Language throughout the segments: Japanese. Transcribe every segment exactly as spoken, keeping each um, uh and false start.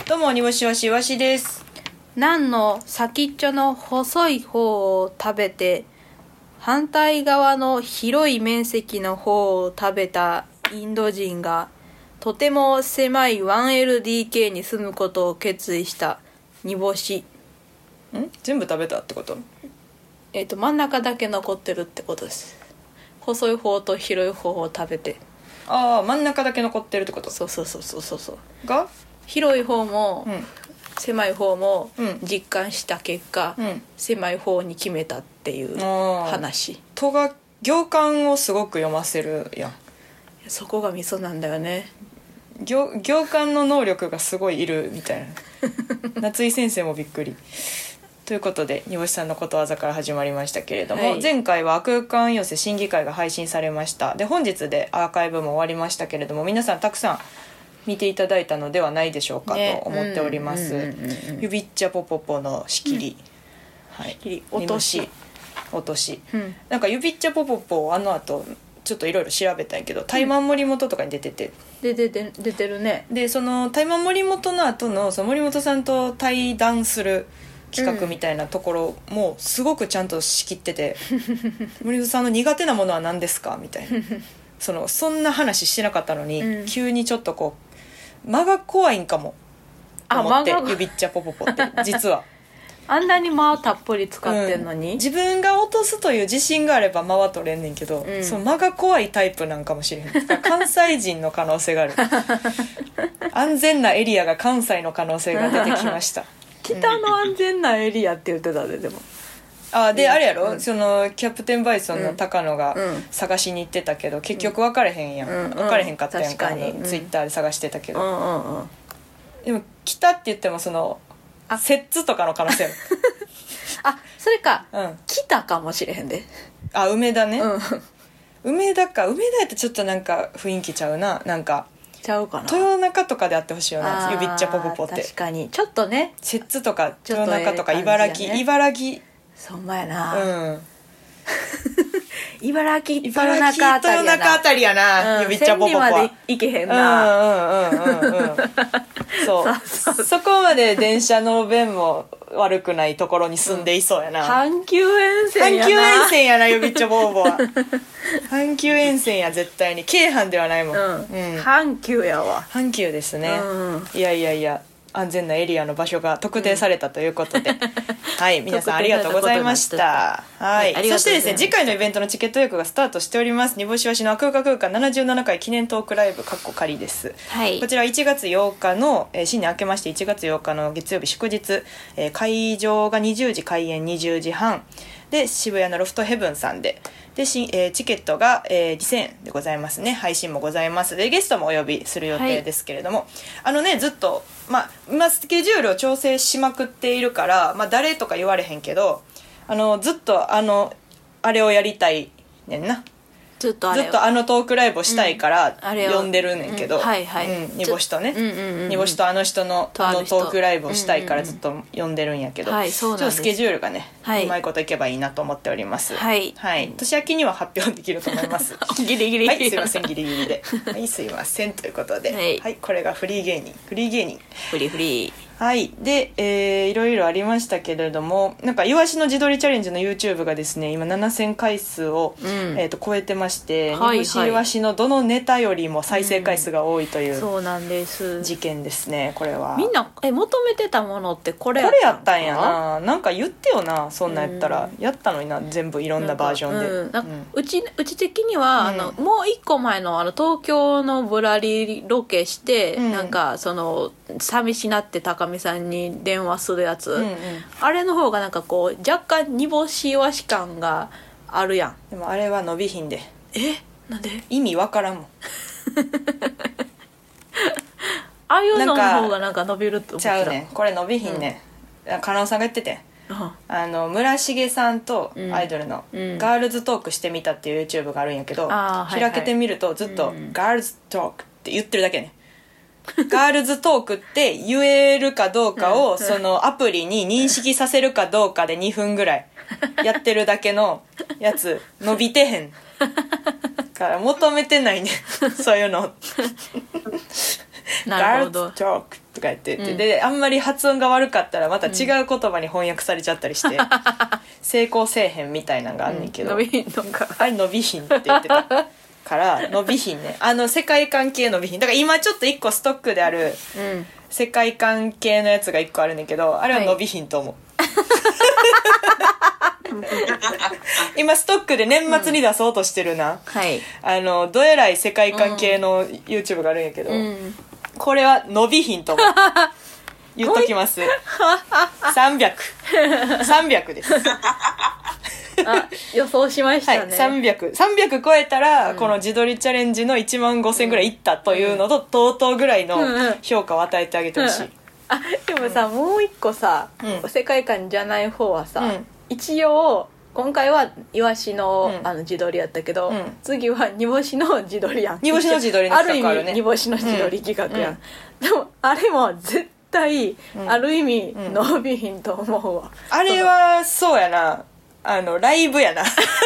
どうも煮干しわしわしです。 ナンの先っちょの細い方を食べて反対側の広い面積の方を食べたインド人がとても狭い ワンエルディーケー に住むことを決意した煮干し。 ん全部食べたってこと？ えっと真ん中だけ残ってるってことです。細い方と広い方を食べて。 ああ、真ん中だけ残ってるってこと？ そうそうそうそうそうそうが広い方も、 うん狭い方もうん実感した結果、 うん、 狭い方に決めたっていう話。 とが行間をすごく読ませるやん。 そこがミソなんだよね。 行, 行間の能力がすごいいるみたいな夏井先生もびっくりということで煮干しさんのことわざから始まりましたけれども、はい、前回は空間寄せ審議会が配信されました。で本日でアーカイブも終わりましたけれども、皆さんたくさん見ていただいたのではないでしょうかと思っております。ゆびっちゃぽぽぽの仕切り、 うん、はい、仕切り落とし落とし、 うん、 なんかゆびっちゃぽぽぽあの後ちょっといろいろ調べたんやけど、タイマン森本とかに出てて、 うん、でで出てるね。でそのタイマン森本の後のその森本さんと対談する企画みたいなところもすごくちゃんと仕切ってて、うん、森本さんの苦手なものは何ですかみたいなそのそんな話してなかったのに、うん、急にちょっとこう間が怖いんかもと思って、ゆびっちゃぽぽぽって実はあんなに間をたっぷり使ってんのに、 うん、自分が落とすという自信があれば間は取れんねんけど、うん、その間が怖いタイプなんかもしれへん。関西人の可能性がある安全なエリアが関西の可能性が出てきました北の安全なエリアって言ってたで。でもあであれやろ、うん、そのキャプテンバイソンの高野が探しに行ってたけど、うん、結局分かれへんやん、うん、分かれへんかったやんか、うん、ツイッターで探してたけど、うんうんうん、でも北って言ってもそのあ摂津とかの可能性あそれか、 うん、 北かもしれへんで。 あ梅田ね、 うん、 梅田か。梅田やってちょっとなんか雰囲気ちゃうな。なんかちゃうかな。 豊中とかであってほしいよな、ゆびっちゃぽぽぽって。 確かにちょっとね、 摂津とか豊中とか茨城、ね、茨城そんまやな、 うん茨城豊中あたりやな、豊中あたりやな、うん、ゆびっちゃぽぽぽは千里まで行けへんな。 うんうんうんうんうんそうそうそう、そこまで電車の便も悪くないところに住んでいそうやな、 うん、阪急沿線やな。 阪急沿線やな、ゆびっちゃぽぽぽは阪急沿線や、絶対に京阪ではないもん、うんうん、 阪急やわ。 阪急ですね、 うん、 いやいやいや、安全なエリアの場所が特定されたということで、うん、はい皆さんありがとうございました。はい、はい、そしてですね、次回のイベントのチケット予約がスタートしております。煮干しわしの空間空間ななじゅうななかい記念トークライブかっこ仮です、 はい、 こちらはいちがつようかの、えー、新年明けましていちがつようかの月曜日祝日、えー、会場がにじゅうじ、開演にじゅうじはんで渋谷のロフトヘブンさんででし、えー、チケットが、えー、にせんえんでございますね。配信もございますで、ゲストもお呼びする予定ですけれども、はい、あのねずっと、まあ、今スケジュールを調整しまくっているから、まあ、誰とか言われへんけど、あのずっとあのあれをやりたいねんな。 ずっとあれずっとあのトークライブをしたいから呼んでるねんけど、 うん、はいはい、 うん、煮干しとね、 うんうんうん、 煮干しとあの人のあのトークライブをしたいからずっと呼んでるんやけど、 うんうんうん、ちょっとスケジュールがね、 はい、 うまいこといけばいいなと思っております。 はい、 はい、年明けには発表できると思いますギリギリ、 はい、すいませんギリギリではいすいませんということで、はい、はい、これがフリー芸人フリー芸人フリーフリーはいで、えー、いろいろありましたけれども、なんかイワシの自撮りチャレンジの YouTube がですね今ななせんかいすうを、うん、えー、と超えてまして、 はいはい、 煮干しイワシのどのネタよりも再生回数が多いという、うん、 そうなんです事件ですね。これはみんなえ求めてたものってこれこれやったんやな。なんか言ってよな、そんなんやったら、うん、やったのにな、全部いろんなバージョンで、 うん、なんかうち、うち的には、うん、あのもう一個前のあの東京のぶらりロケして、うん、なんかその寂しなって高見さんに電話するやつ、うんうん、あれの方がなんかこう若干煮干しイワシ感があるやん。 でもあれは伸びひんで。 えなんで意味わからんもんああいうのの方がなんか伸びるって思ってた。 ちゃうねん、これ伸びひんねん、うん、加納さんが言ってて、うん、あの村重さんとアイドルのガールズトークしてみたっていう YouTube があるんやけど、うん、開けてみるとずっとガールズトークって言ってるだけね、うん、ガールズトークって言えるかどうかをそのアプリに認識させるかどうかでにふんぐらいやってるだけのやつ伸びてへんから求めてないねそういうのなるほどガールズトークとか言って言って、 うんであんまり発音が悪かったらまた違う言葉に翻訳されちゃったりして、成功せえへんみたいなのがあんねんけど、 伸びひんのかあれ伸びひんって言ってたから伸びひんね、あの世界観系伸びひんだから今ちょっと一個ストックであるうん世界観系のやつが一個あるねんけど、あれは伸びひんと思う、今ストックで年末に出そうとしてるな、 はいあのどえらい世界観系の YouTube があるんやけど、 うんこれは伸びひんと思う言っときますさんびゃく さんびゃくですあ予想しましたね、 はい、さんびゃく、さんびゃく超えたら、うん、この自撮りチャレンジのいちまんごせんぐらいいったというのと、同等ぐらいの評価を与えてあげてほしい、うんうん、 あでもさ、うん、もう一個さ、うん、世界観じゃない方はさ、うん、一応今回はイワシの、うん、あの自撮りやったけど、うん、次は煮干しの自撮りやん。 煮干しの自撮りの企画あるね。 ある意味煮干しの自撮り企画やん、うん、でもあれも絶対、うん、ある意味伸びひんと思うわ、 あれはそうやな、あのライブやな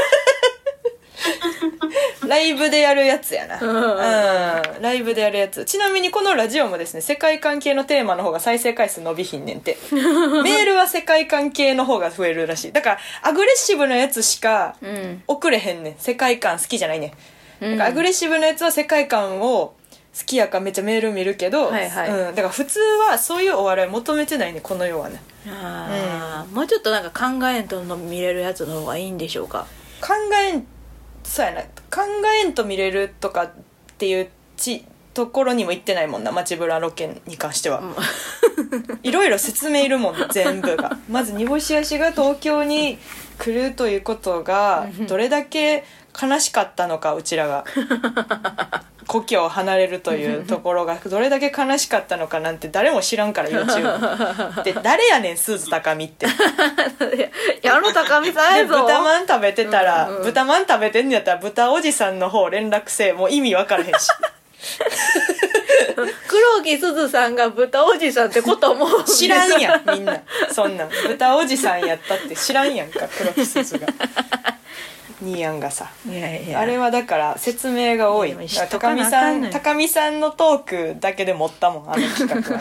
ライブでやるやつやな、うん、うん、ライブでやるやつ。ちなみにこのラジオもですね、世界観系のテーマの方が再生回数伸びひんねんてメールは世界観系の方が増えるらしい。だからアグレッシブなやつしか送れへんねん、世界観好きじゃないねん、うん、だからアグレッシブなやつは世界観を好きやからめっちゃメール見るけど、はいはい、うん、だから普通はそういうお笑い求めてないね、この世はね。 あ、うん、もうちょっとなんか考えんとの見れるやつの方がいいんでしょうか。 考えんそうやな、考えんと見れるとかっていうちところにも行ってないもんな、街ブラロケに関しては、うん、いろいろ説明いるもん全部がまず煮干し足が東京に来るということがどれだけ悲しかったのか、うちらが故郷を離れるというところがどれだけ悲しかったのかなんて誰も知らんから YouTube で、誰やねんスーズ高見って矢野高見さんやぞ。 豚まん食べてたら、うんうん、豚まん食べてんやったら豚おじさんの方連絡せえ、もう意味分からへんし黒木すずさんが豚おじさんってことも知らんやんみんな、そんなん豚おじさんやったって知らんやんか、黒木すずがニーヤンがさ、いやいやあれはだから説明が多い。高見さん高見さんのトークだけで持ったもん、あの企画は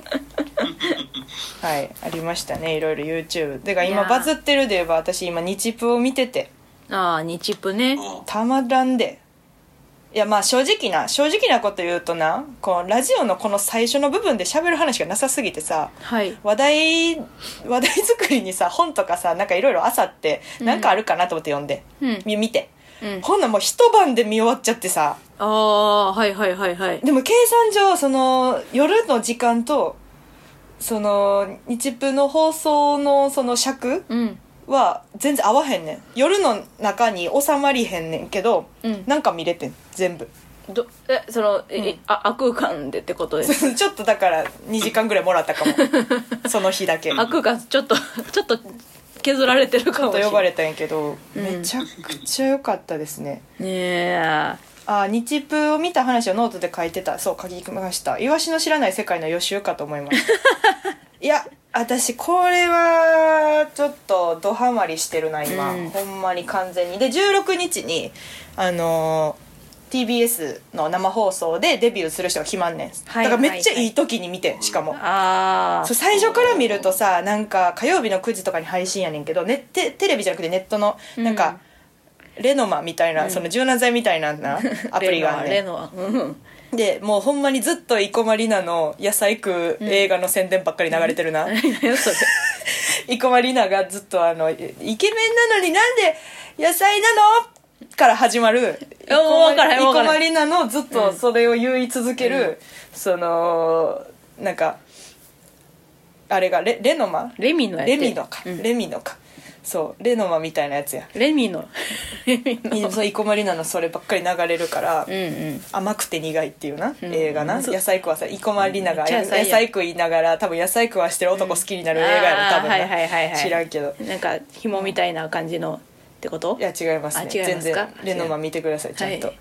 はいありましたね、いろいろ YouTube でか今バズってるで言えば、私今日プを見てて、 ああ日プね、 たまらんで。いやまあ正直な正直なこと言うとな、このラジオのこの最初の部分で喋る話がなさすぎてさ、はい、話題話題作りにさ本とかさなんかいろいろあさってなんかあるかなと思って読んで、うん、見て、うん、ほんなもう一晩で見終わっちゃってさ、 ああはいはいはいはい。 でも計算上その夜の時間とその日プの放送のその尺、うんは全然合わへんねん。夜の中に収まりへんねんけど、うん、なんか見れてん全部。 どえその、え、うん、あ悪空間でってことですちょっとだからにじかんぐらいもらったかもその日だけ悪空間ちょっとちょっと削られてるかもしれない。 ちょっと呼ばれたんやけど、うん、めちゃくちゃ良かったですね。 ねえ。 あ、日プを見た話をノートで書いてた。そう書きました。イワシの知らない世界の予習かと思いましたいや私これはちょっとドハマりしてるな今、うん、ほんまに完全に。でじゅうろくにちにあのー、ティービーエス の生放送でデビューする人が決まんねん、はい、だからめっちゃいい時に見て、しかもあそう最初から見るとさ、なんか火曜日のくじとかに配信やねんけど、ね、テ, テレビじゃなくてネットのなんか、うん、レノマみたいな、うん、その柔軟剤みたいななアプリがあんねんレノマ、レノマ、うんでもうほんまにずっと生駒里奈の野菜食う映画の宣伝ばっかり流れてるな、うん、生駒里奈がずっとあのイケメンなのになんで野菜なのから始まる生駒里奈のずっとそれを言い続ける、うん、そのなんかあれが レ, レノマレミノやってレミノか、うん、レミノかそうレノマみたいなやつやレミノレミノそう生駒里奈のそればっかり流れるから、うんうん、甘くて苦いっていうな、うん、映画な、うん、野菜食わさ生駒里奈が野菜食いながら多分野菜食わしてる男好きになる映画やろ、うん、多分な、はいはいはいはい、知らんけどなんか紐みたいな感じのってこと？ いや違いますね、全然レノマ見てくださいちゃんと、はい、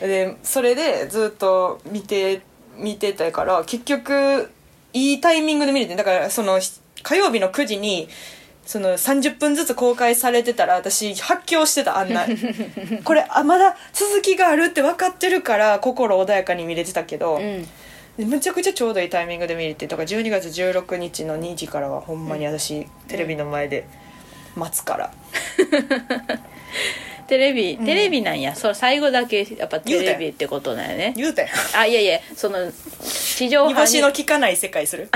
でそれでずっと見て見てたから結局いいタイミングで見れて、だからその火曜日のくじにそのさんじゅっぷんずつ公開されてたら私発狂してた、あんなこれあまだ続きがあるって分かってるから心穏やかに見れてたけど、うん、 でむちゃくちゃちょうどいいタイミングで見れて、だからじゅうにがつじゅうろくにちのにじからはほんまに私、うん、テレビの前で待つから、 テレビテレビなんや、うん、それ最後だけやっぱテレビってことだよね。 言うたやん。 あ、いやいや、その地上波に煮干しの聞かない世界する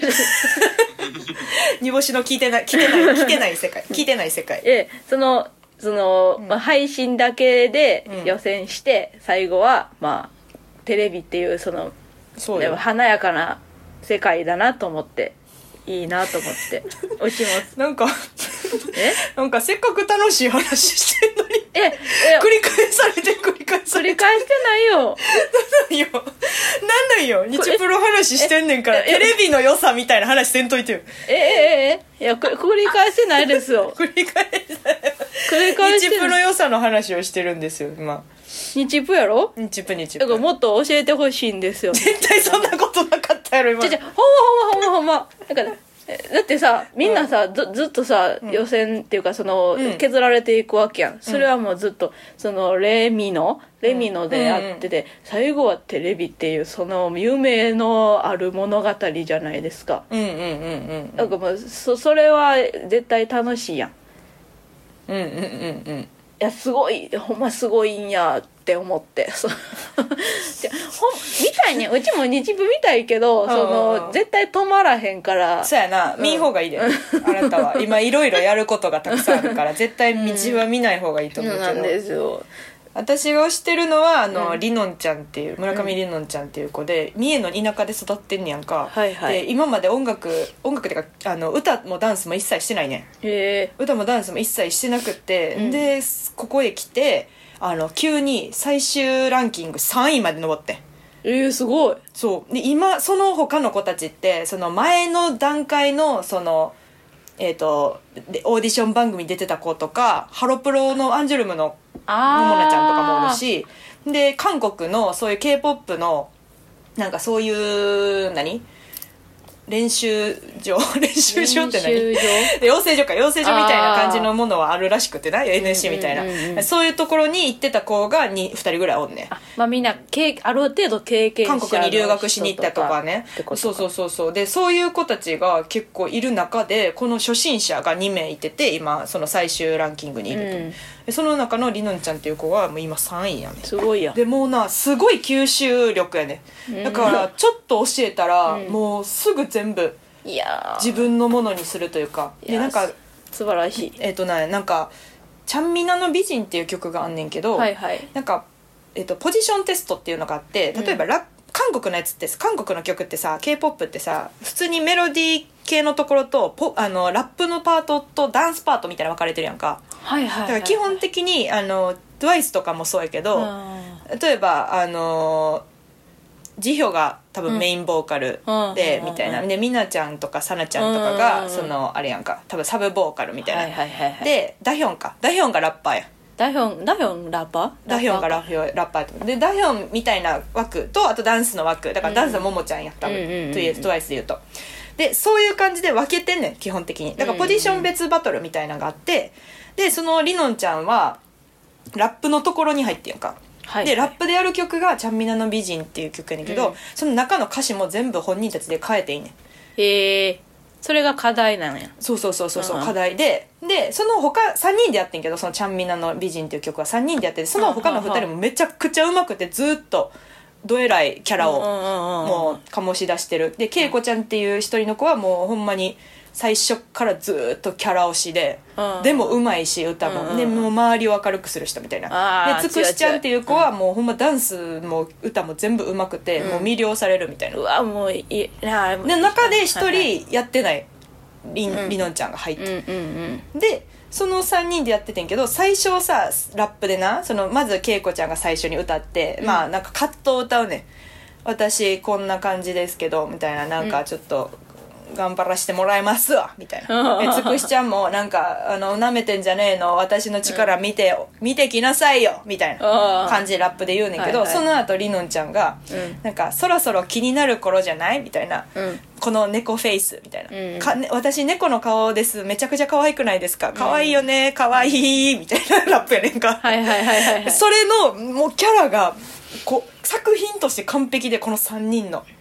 煮干しの聞いてない聞けない聞けない世界聞いてない世界。 えそのその、うんまあ、配信だけで予選して、うん、最後はまあテレビっていうそのそうでも華やかな世界だなと思っていいなと思って落ちますなんかえなんかせっかく楽しい話してんのにええ繰り返されて繰り返されて繰り返してないよなんなんよなんなんよ日プロ話してんねんからテレビの良さみたいな話せんといてよ。 ええええいや繰り返してないですよ繰り返して繰り返して日プロ良さの話をしてるんですよ今。 日プやろ日プ日プだからもっと教えてほしいんですよ。 絶対そんなことなかったやろ今。 ちょちょほんまほんまほんまほんまだからだってさみんなさ、うん、ず, ずっとさ、うん、予選っていうかその、うん、削られていくわけやん。それはもうずっとそのレミノレミノでやってて、うん、最後はテレビっていうその有名のある物語じゃないですか。 うんうんうんうんだからもう そ, それは絶対楽しいやん。 うんうんうんうんいやすごいほんますごいんやって思ってそうほんみたいねうちも日舞みたいけどその絶対止まらへんからそうやな、うん、見ん方がいいであなたは今いろいろやることがたくさんあるから絶対道は見ない方がいいと思うけど、 うん、なんですよ。 私が推してるのはあの、うん、りのんちゃんっていう村上りのんちゃんっていう子で、うん、三重の田舎で育ってんねやんか、 はいはい、 で今まで音楽音楽っていうかあの歌もダンスも一切してないねん。 へ歌もダンスも一切してなくって、うん、でここへ来てあの急に最終ランキングさんいまで上ってん。 えー、すごい。 そうで今その他の子たちってその前の段階のそのえーと、でオーディション番組に出てた子とかハロプロのアンジュルムのももなちゃんとかもおるしで韓国のそういう K-ポップ のなんかそういう何練習場練習場って何練習場養成所か養成所みたいな感じのものはあるらしくてな エヌエスシー みたいな、うんうんうんうん、そういうところに行ってた子が 2, ふたりぐらいおんねん。 あ、まあ、みんなある程度経験者の韓国に留学しに行ったとかね。そうそうそうそうでそういう子たちが結構いる中でこの初心者がにめいいてて今その最終ランキングにいると、うんでその中のりのんちゃんっていう子はもう今さんいやね。 すごいやん。 でもうなすごい吸収力やね、うん、だからちょっと教えたら、うん、もうすぐ全部いや自分のものにするというかでなんか素晴らしい。 えっ、ー、とねなんかちゃんみなの美人っていう曲があんねんけど、 はいはい、 なんか、えーと、ポジションテストっていうのがあって例えばラ、うん、韓国のやつって韓国の曲ってさ K-ポップ ってさ普通にメロディー系のところとポあのラップのパートとダンスパートみたいな分かれてるやんか、 はいはいはいはい、 だから基本的にあの トゥワイス とかもそうやけど、例えばあのジヒョが多分メインボーカルで、うん、みたいなでミナちゃんとかサナちゃんとかが、うん、そのあれやんか多分サブボーカルみたいな、 はいはいはいはい、 でダヒョンかダヒョンがラッパーやダヒョンダヒョンラッパーダヒョンがラッパーでダヒョンみたいな枠とあとダンスの枠だからダンスはモモちゃんやった多分、うん、トゥワイス で言うとでそういう感じで分けてんねん基本的にだからポジション別バトルみたいなのがあってでそのりのんちゃんはラップのところに入ってんか、はい、でラップでやる曲が「ちゃんみなの美人」っていう曲やねんけど、うん、その中の歌詞も全部本人たちで変えていいねん。 へえそれが課題なのや。 そうそうそうそう、うん、課題ででその他さんにんでやってんけどその「ちゃんみなの美人」っていう曲はさんにんでやっててその他のふたりもめちゃくちゃうまくてずっとどえらいキャラをもう醸し出してるでけいこちゃんっていう一人の子はもうほんまに最初からずっとキャラ推しで、うん、でもうまいし歌も、うん、でもう周りを明るくする人みたいなでつくしちゃんっていう子はもうほんまダンスも歌も全部うまくて、うん、もう魅了されるみたいな、 うわもういいなで中で一人やってないり、はいはい、りのんちゃんが入って、 うんうんうん、 でそのさんにんでやっててんけど最初さラップでなそのまずけいこちゃんが最初に歌って、うん、まあなんかカットを歌うねん私こんな感じですけどみたいななんかちょっと、うん頑張らせてもらいますわみたいなえつくしちゃんもなんかあの舐めてんじゃねえの私の力見てよ、うん、見てきなさいよみたいな感じでラップで言うねんけど、はいはい、その後りのんちゃんが、うん、なんかそろそろ気になる頃じゃないみたいな、うん、この猫フェイスみたいな、うんかね、私猫の顔ですめちゃくちゃ可愛くないですか可愛いよね可愛いみたいなラップやねんかはいはいはいはい、はい、 それのもうキャラがこう作品として完璧でこのさんにんの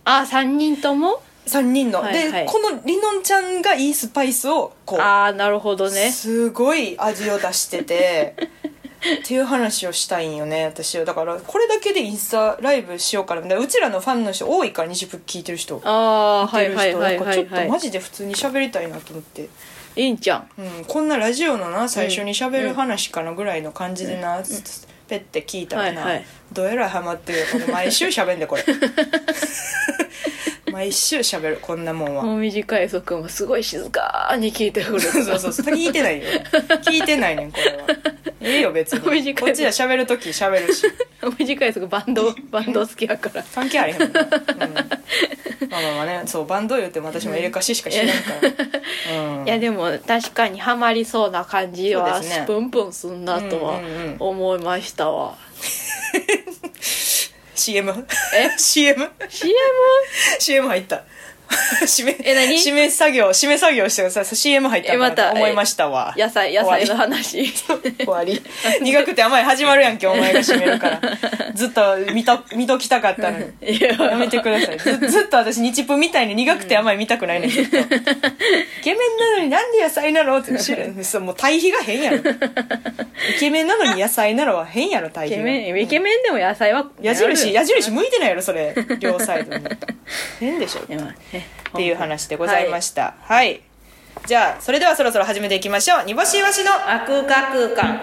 あさんにんともさんにんの、 はいはい、 でこのりのんちゃんがいいスパイスをこうああなるほどねすごい味を出しててっていう話をしたいんよね私は。だからこれだけでインスタライブしようかな。うちらのファンの人多いからにじゅっぷん聞いてる人ああ見てる人、 はいはいはいはい、はい、 ちょっとマジで普通に喋りたいなと思って。 いいんちゃん、 うん、こんなラジオのな最初に喋る話かなぐらいの感じでな、うん、ペッて聞いたらな、 はいはい、 どえらいハマってるよこれ毎週喋んでこれ毎週喋るこんなもんは。 もう短いそくんもすごい静かに聞いてくるそうそうそう聞いてないよ聞いてないねんこれは。ええよ別にこっちは喋るとき喋るし短いそくバンドバンド好きやから関係あれへんもんな、うん、まあまあまあねそうバンド言うても私もエレカシしか知らんから、うん、 いやでも確かにハマりそうな感じはスプンプンすんなとは思いましたわ、 シーエム? えシーエム? シーエム? シーエム 入った締めえ何締め作業締め作業してさ シーエム 入ったんだと思いましたわ。 野菜野菜の話終わり苦くて甘い始まるやんけお前が締めるからずっと見と見ときたかったのにやめてください。 ず, ずっと私日プみたいに苦くて甘い見たくないねんずっとイケメンなのになんで野菜なのって知るそうもう対比が変やろイケメンなのに野菜なのは変やろ対比が。 イケメンイケメンでも野菜は矢印矢印向いてないやろそれ両サイドに変でしょっていう話でございました。はい、はい、じゃあそれではそろそろ始めていきましょう。煮干しいわしのあ空間空間。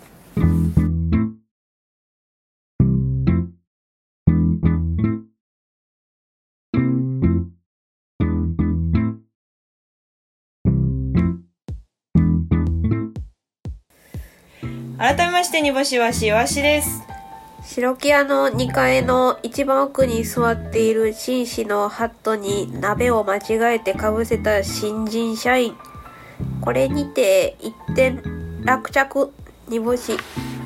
改めまして煮干しいわしいわしです。 白木屋のにかいの一番奥に座っている紳士のハットに鍋を間違えてかぶせた新人社員。これにて一点落着煮干し。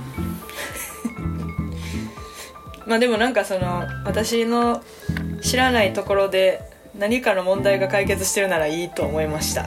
まあでもなんかその私の知らないところで何かの問題が解決してるならいいと思いました。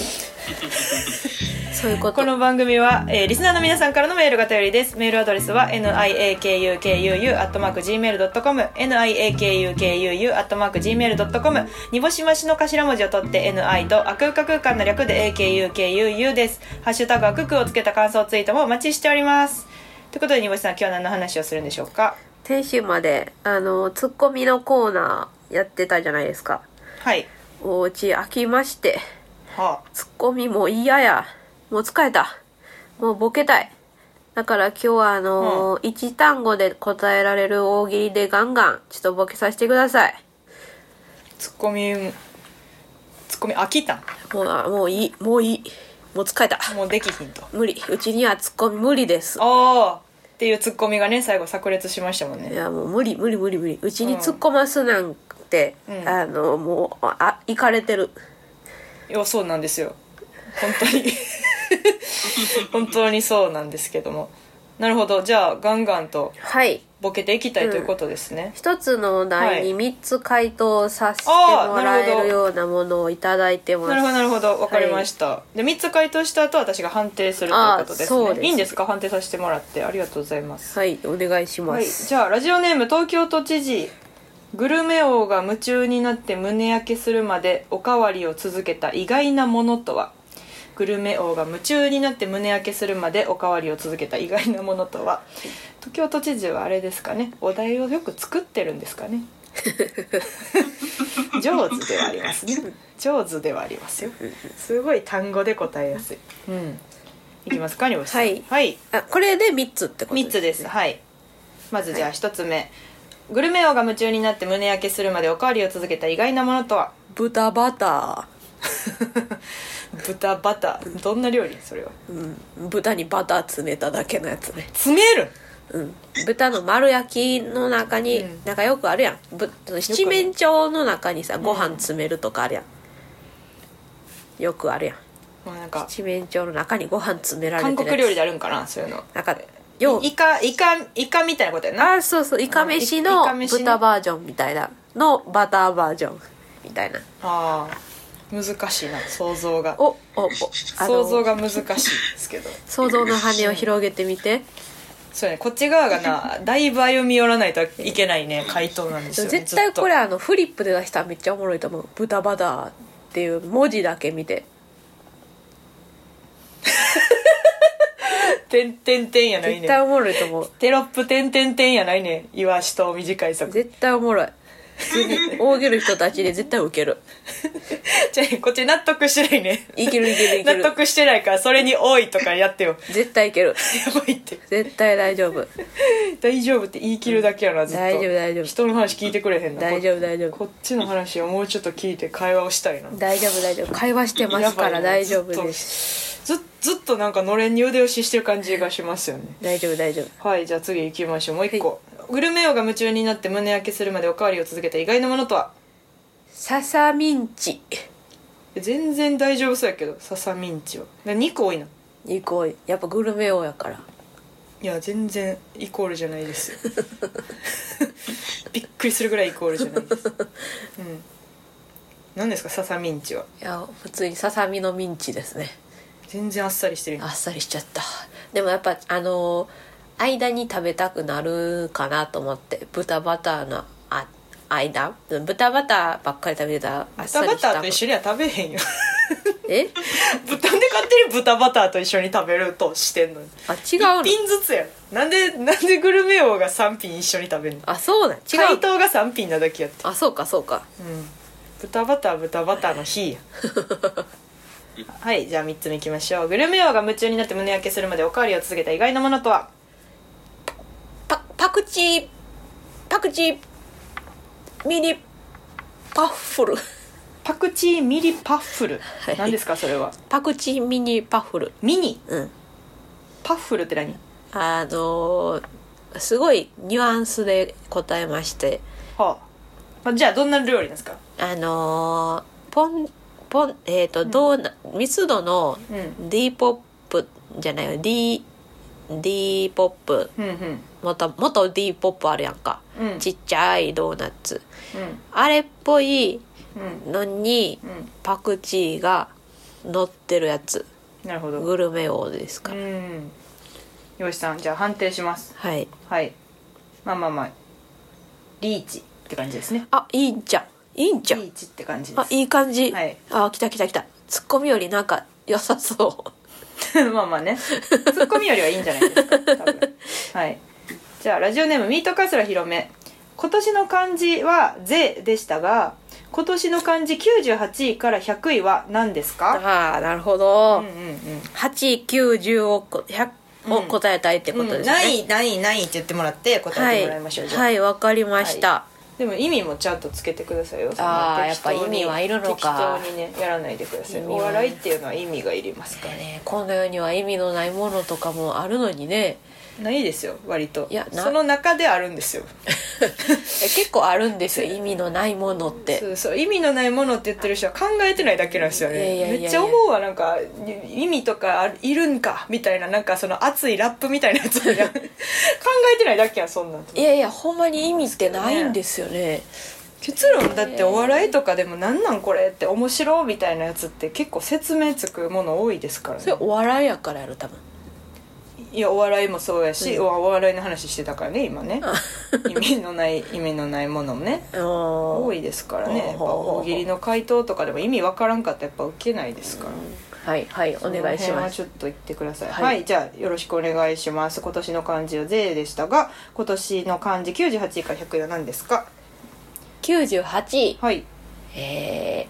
そういうこと。 この番組は、えー、リスナーの皆さんからのメールが頼りです。メールアドレスは ナイアククアットマークジーメールドットコム ナイアククアットマークジーメールドットコム 煮干しましの頭文字を取って エヌアイ とあくうか空間の略で エーケーユーケーユーユー です。ハッシュタグあくくをつけた感想ツイートもお待ちしております。ということで煮干しさん今日は何の話をするんでしょうか。 先週まであのツッコミのコーナーやってたじゃないですか。 はい。 おうち飽きまして、 はあ、 ツッコミも嫌や、もう疲れた、もうボケたい。だから今日はあのーうん、一単語で答えられる大喜利でガンガンちょっとボケさせてください。 ツッコミツッコミ飽きた。 もうもういいもういいもう疲れた。 もうできひんと。 無理。うちにはツッコミ無理です。 ああっていうツッコミがね最後炸裂しましたもんね。 いやもう無理無理無理無理。うちにツッコますなんて、うん、あのもうあいかれてる。 いやそうなんですよ本当に本当にそうなんですけども。なるほど。じゃあガンガンとボケていきたい、はい、ということですね。 一つのお題にみっつ回答させてもらえるようなものをいただいてます。 なるほどなるほどわかりました、はい、でみっつ回答した後私が判定するということですね。 そうです。 いいんですか判定させてもらって。ありがとうございます。 はいお願いします、はい、 じゃあラジオネーム東京都知事。グルメ王が夢中になって胸焼けするまでおかわりを続けた意外なものとは。グルメ王が夢中になって胸焼けするまでおかわりを続けた意外なものとは。東京都知事はあれですかね、お題をよく作ってるんですかね上手ではありますね。上手ではありますよ。すごい単語で答えやすい。うん。いきますか煮干しさん。はい、はい、 あこれでみっつってことですね。 みっつです。はい。まずじゃあひとつめ、はい、グルメ王が夢中になって胸焼けするまでおかわりを続けた意外なものとは。 豚バター豚バターどんな料理それは、 うん、豚にバター詰めただけのやつね。 詰める、 うん、豚の丸焼きの中に、うん、なんかよくあるやんぶ七面鳥の中にさご飯詰めるとかあるやん、うん、よくあるやん、 まあ、なんか七面鳥の中にご飯詰められてるやつ。 韓国料理であるんかなそういうの。 なんかよイカイカイカみたいなことやな。 あそうそうイカ飯の豚バージョンみたいなのバターバージョンみたいな。 ああ難しいな想像が。 おおお想像が難しいですけど想像の羽を広げてみて。 そうね、こっち側がなだいぶ歩み寄らないといけないね回答なんですよね。 絶対これずっあのフリップで出したらめっちゃおもろいと思う。豚バターっていう文字だけ見てとてんてんてんやないね絶対おもろいと思う。 テロップてんてんてんやないねイワシと短い作絶対おもろい。普通に大げる人たちで絶対ウケる。 じゃあこっち納得してないね。 いけるいけるいける。 納得してないからそれに多いとかやってよ。 絶対いける。 やばいって絶対大丈夫。 大丈夫って言い切るだけやなずっと。 大丈夫大丈夫。 人の話聞いてくれへんな。 大丈夫大丈夫。 こっちの話をもうちょっと聞いて会話をしたいな。 大丈夫大丈夫。会話してますから大丈夫です。 ずずっとなんかのれんに腕押ししてる感じがしますよね。 大丈夫大丈夫。 はい、じゃあ次行きましょう。もう一個、はい、グルメ王が夢中になって胸焼けするまでおかわりを続けた意外なものとは。 ササミンチ。 全然大丈夫そうやけどササミンチは肉多いな。 肉多い。やっぱグルメ王やから。 いや全然イコールじゃないですよびっくりするぐらいイコールじゃないです、うん、何ですかササミンチは。 いや普通にささみのミンチですね。 全然あっさりしてる。 あっさりしちゃった。でもやっぱあのー、間に食べたくなるかなと思って。豚バターのあ間豚バターばっかり食べてたらあっさりした。 豚バターと一緒には食べへんよえ豚で勝手に豚バターと一緒に食べるとしてんのに。 あ違うの。 いっぴんずつやなんでなんでグルメ王がさん品一緒に食べるの。 あそうだ違う。 回答がさん品なだけやって。 あそうかそうか、 うん、豚バター豚バターの日やはいじゃあみっつめいきましょう。グルメ王が夢中になって胸焼けするまでおかわりを続けた意外なものとは。 パパクチーパクチーミニパッフル。 パクチーミニパッフル、 はい、 何ですかそれは。 パクチーミニパッフル。 ミニ、 うん、 パッフルって何。 あのー、すごいニュアンスで答えまして、 はあ、じゃあどんな料理ですか。 あのー、ポンポンえっ、ー、と、うん、ドーナ密度の D ポップじゃないよ D D ポップ、 うんうん、 元元 D ポップあるやんか、 うん、 ちっちゃいドーナツ、 うん、 あれっぽいのに、うん、パクチーが乗ってるやつ。 なるほど。 グルメ王ですから。 うんよしさんじゃあ判定します。 はいはいまあまあまあリーチって感じですね。 あいいんちゃういいんちゃうリーチって感じです。 あいい感じ、 はい、 あ来た来た来た。ツッコミよりなんか良さそうまあまあねツッコミよりはいいんじゃないですか多分はいじゃあラジオネームミートカスラ広め。今年の漢字はぜでしたが今年の漢字きゅうじゅうはちいからひゃくいは何ですか。 ああなるほど、 うんうんうん、 はち、きゅう、じゅうをひゃくを答えたいってことですね、うん、 ないないないって言ってもらって答えてもらいましょう。 はいわ、はい、かりました、はい、 でも意味もちゃんとつけてくださいよ。 ああやっぱ意味はいるのか。 適当にねやらないでください。お笑いっていうのは意味がいりますからね。この世には意味のないものとかもあるのにね。 ないですよ割と。 いやその中であるんですよ結構あるんですよ意味のないものって。 そうそう意味のないものって言ってる人は考えてないだけなんですよね。いやいやいやいやめっちゃ思うわ。なんか意味とかいるんかみたいななんかその熱いラップみたいなやつ考えてないだけやそんなん。 いやいやほんまに意味ってないんですよね。 結論だってお笑いとかでもなんなんこれって面白みたいなやつって結構説明つくもの多いですからね。 それお笑いやからやる多分。 いやお笑いもそうやし、うん、お笑いの話してたからね今ね意味のない意味のないものもね多いですからね。やっぱ大喜利の回答とかでも意味わからんかったらやっぱ受けないですから、うん、 はいはいお願いします。 ちょっと言ってください。はい、はい、じゃあよろしくお願いします。今年の漢字はぜでしたが今年の漢字きゅうじゅうはちいからひゃくいは何ですか。 きゅうじゅうはちい、 はいえ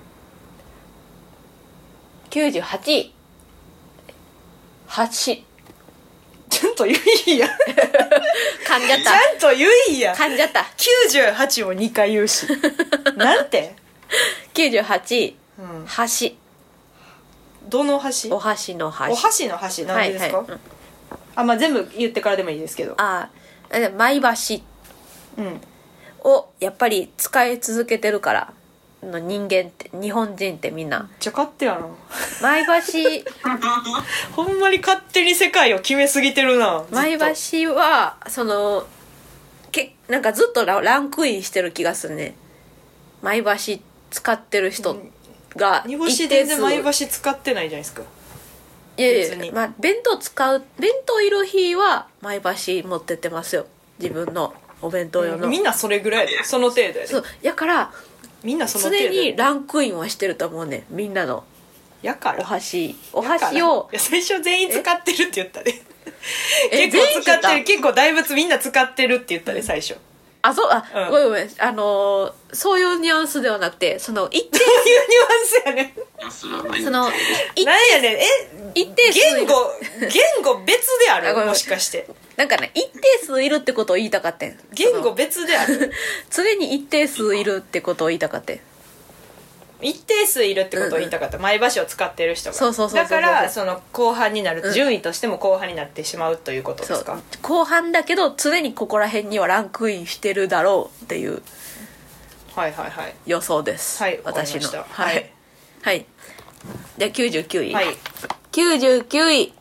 ー、きゅうじゅうはちいはちちゃんと言いや噛んじゃった。 ちゃんと言いや噛んじゃった。 きゅうじゅうはちをにかい言うしなんてきゅうじゅうはち、 うん、 箸。 どの箸。 お箸の箸。 お箸の箸なんでですか、はいはい、うん、あまあ全部言ってからでもいいですけど。 ああマイ箸うんをやっぱり使い続けてるからの人間って日本人ってみんなめっちゃ勝手やなマイ箸ほんまに勝手に世界を決めすぎてるな。 マイ箸はそのけなんかずっとラランクインしてる気がするね。マイ箸使ってる人が煮干し全然マイ箸使ってないじゃないですか。 いいやい別にや、まあ、弁当使う弁当いる日は前橋持ってってますよ、自分のお弁当用の、 みんなそれぐらいでその程度やでそうやからみんなその程度常にランクインはしてると思うね、みんなのおやから箸おだから箸をいや最初全員使ってるって言ったでえ結構使って全員る結構大仏みんな使ってるって言ったで最初あそうあ、 うんごめんごめんあのーそういうニュアンスではなくてその一定どういうニュアンスやねんそのいなんやねんえ一定数言語言語別でああごめんごめんるもしかしてなんかね一定数いるってことを言いたかったん言語別である常に一定数いるってことを言いたかったん一定数いるってことを言いたかった、前橋を使ってる人がそうそうそうそうそうだからその後半になる、 うん順位としても後半になってしまうということですか。 後半だけど常にここら辺にはランクインしてるだろうっていうはいはいはい予想です、 はいわかり私のましたはい、 はいはい、じゃあきゅうじゅうきゅうい、 はいきゅうじゅうきゅうい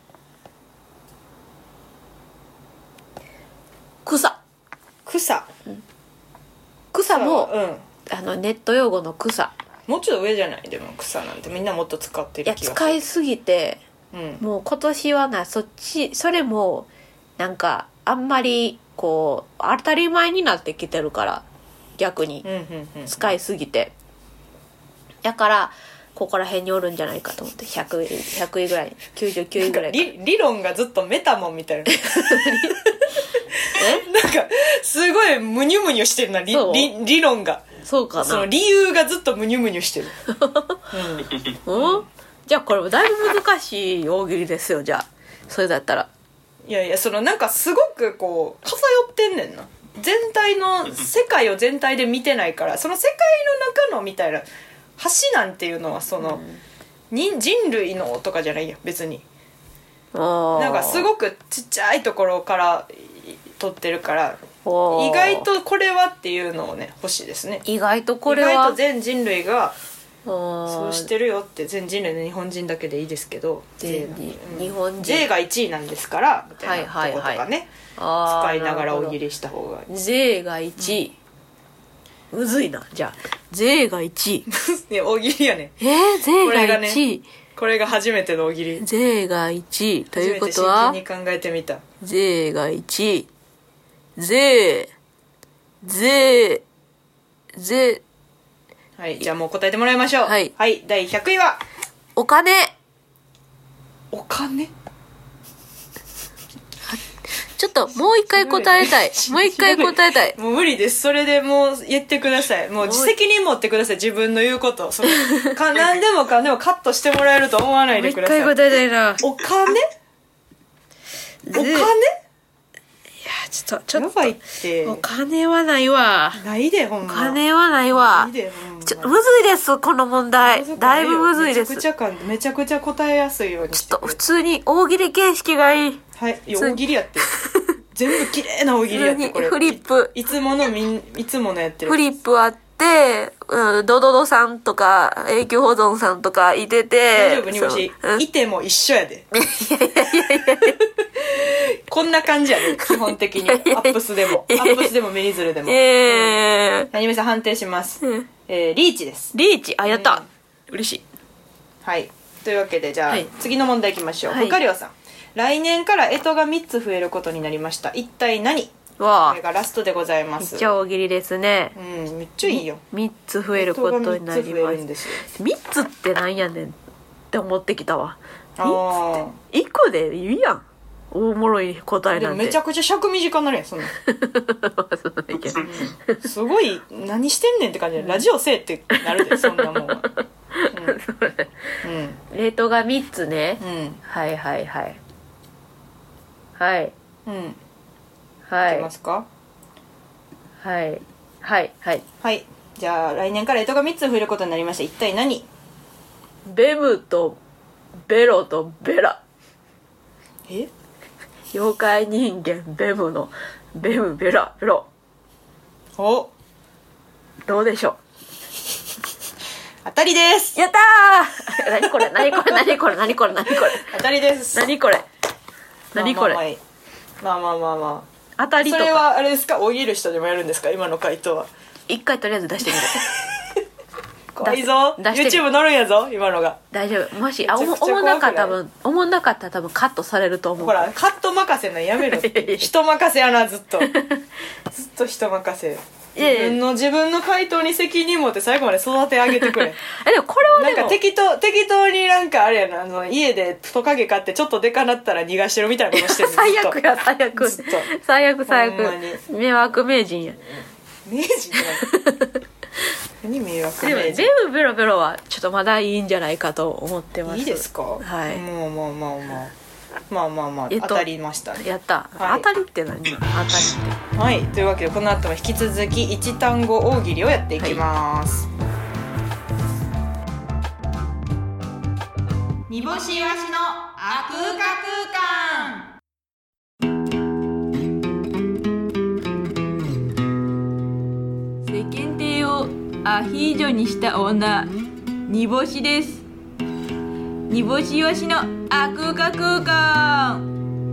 草草草も、 うんあのネット用語の草もうちょっと上じゃない？でも草なんてみんなもっと使っていやる気がする。 使いすぎてうんもう今年はなそっちそれもなんかあんまりこう当たり前になってきてるから逆にうんうんうん使いすぎてだからここら辺におるんじゃないかと思ってひゃくいひゃくいぐらいきゅうじゅうきゅういぐらいか理理論がずっとメタモンみたいななんかすごいムニュムニュしてるな理そう理理論がそうかなその理由がずっとムニュムニュしてる、 うんじゃあこれもだいぶ難しい大喜利ですよじゃあそれだったらいやいやそのなんかすごくこう偏ってんねんな全体の世界を全体で見てないからその世界の中のみたいな橋なんていうのはその、に人類のとかじゃないや別にななんかすごくちっちゃいところから撮ってるからおー意外とこれはっていうのをね欲しいですね。 意外とこれ意は外と全人類がそそうしてるよって全人類の日本人だけでいいですけど全 J 日本人 J がいちいなんですからみたいなはいはいはいとことかね、 あー使いながら大喜なる利した方がいいほど J がいちい、むずいなじゃあ J がいちいいや大喜利やねえー、J これががいちい、 ねこれが初めての大喜利 J がいちいということ初はめて真剣に考えてみた J がいちい J J J はいじゃあもう答えてもらいましょうはい、 はい、だいひゃくいはお金お金ちょっともう一回答えたいもう一回答えたいもう無理ですそれでもう言ってくださいもう責任持ってください自分の言うことそのか何でもかんでもカットしてもらえると思わないもう一でください回答えたいなお金お金いやちょっとちょっやばいってとお金はないわないでほんおま金はないわないでほんまちょむずいですこの問題だいぶむずいですめちゃくちゃかんめちゃくちゃ答えやすいようにしてくれちょっと普通に大喜利形式がいいはいいや普通大喜利やって全部綺麗な大喜利やってこれフリップいつものみんいつものやってるフリップあって、うん、ドドドさんとか永久保存さんとかいてて大丈夫煮干しそううんいても一緒やでこんな感じやで基本的にアップスでもアップスでもメニズルでもえーなにめさん判定します、 うんえーリーチですリーチあやった、嬉しいはいというわけでじゃあ、 はい次の問題いきましょうはいふかりょうさん来年から干支がみっつ増えることになりました一体何こわあれがラストでございまめっすちゃ大喜利ですねうんめっちゃいいよみっつ増えることになり干支がみっつ増えるんまですよすみっつってなんやねんって思ってきたわあいっこでいいやんおもろい答あでもえなんてめちゃくちゃ尺短くなるやんそんなんそうだけどすごい何してんねんって感じでラジオせえってなるでそんなもんはうんレートがみっつね、 うんはいはいはいはいうんうんはいいけますかはいはいはいはいじゃあ来年から干支がみっつ増えることになりました一体何ベムとベロとベラえ妖怪人間ベムのベムベラベロおどうでしょ当たりですうやったー何これ何これ何これ何これ何これ当たりです何これ何これまあまあまあまあま当たあそれりとかはあれですか大喜利る人でもやるんですか今の回答は一回とりあえず出してみる怖いぞ。 出して YouTube 載るんやぞ今のが。 大丈夫。もしあおもめちゃくちゃおもんなかったら怖くない多分おもんなかったら多分カットされると思う。 ほらカット任せなやめろ人任せやなずっとずっと人任せ。 いやいや自分の自分の回答に責任持って最後まで育て上げてくれえでもこれはなんかでも適当適当になんかあれやな、あの家でトカゲ飼ってちょっとでかなったら逃がしてるみたいなことしてる最悪や最悪ずっと最悪最ほんま悪迷惑名人や。 名人って何何迷惑でも名人全部ベロベロはちょっとまだいいんじゃないかと思ってます。 いいですか。 はいもうまあまあまあまあまあまあ、 えっと当たりましたね。 やった、 はい当たりって何？当たりってはい、というわけでこの後も引き続き一単語大喜利をやっていきます。煮干しイワシのあくうか空間。 世間体をアヒージョにした女煮干しです。煮干しイワシのあくうか空間。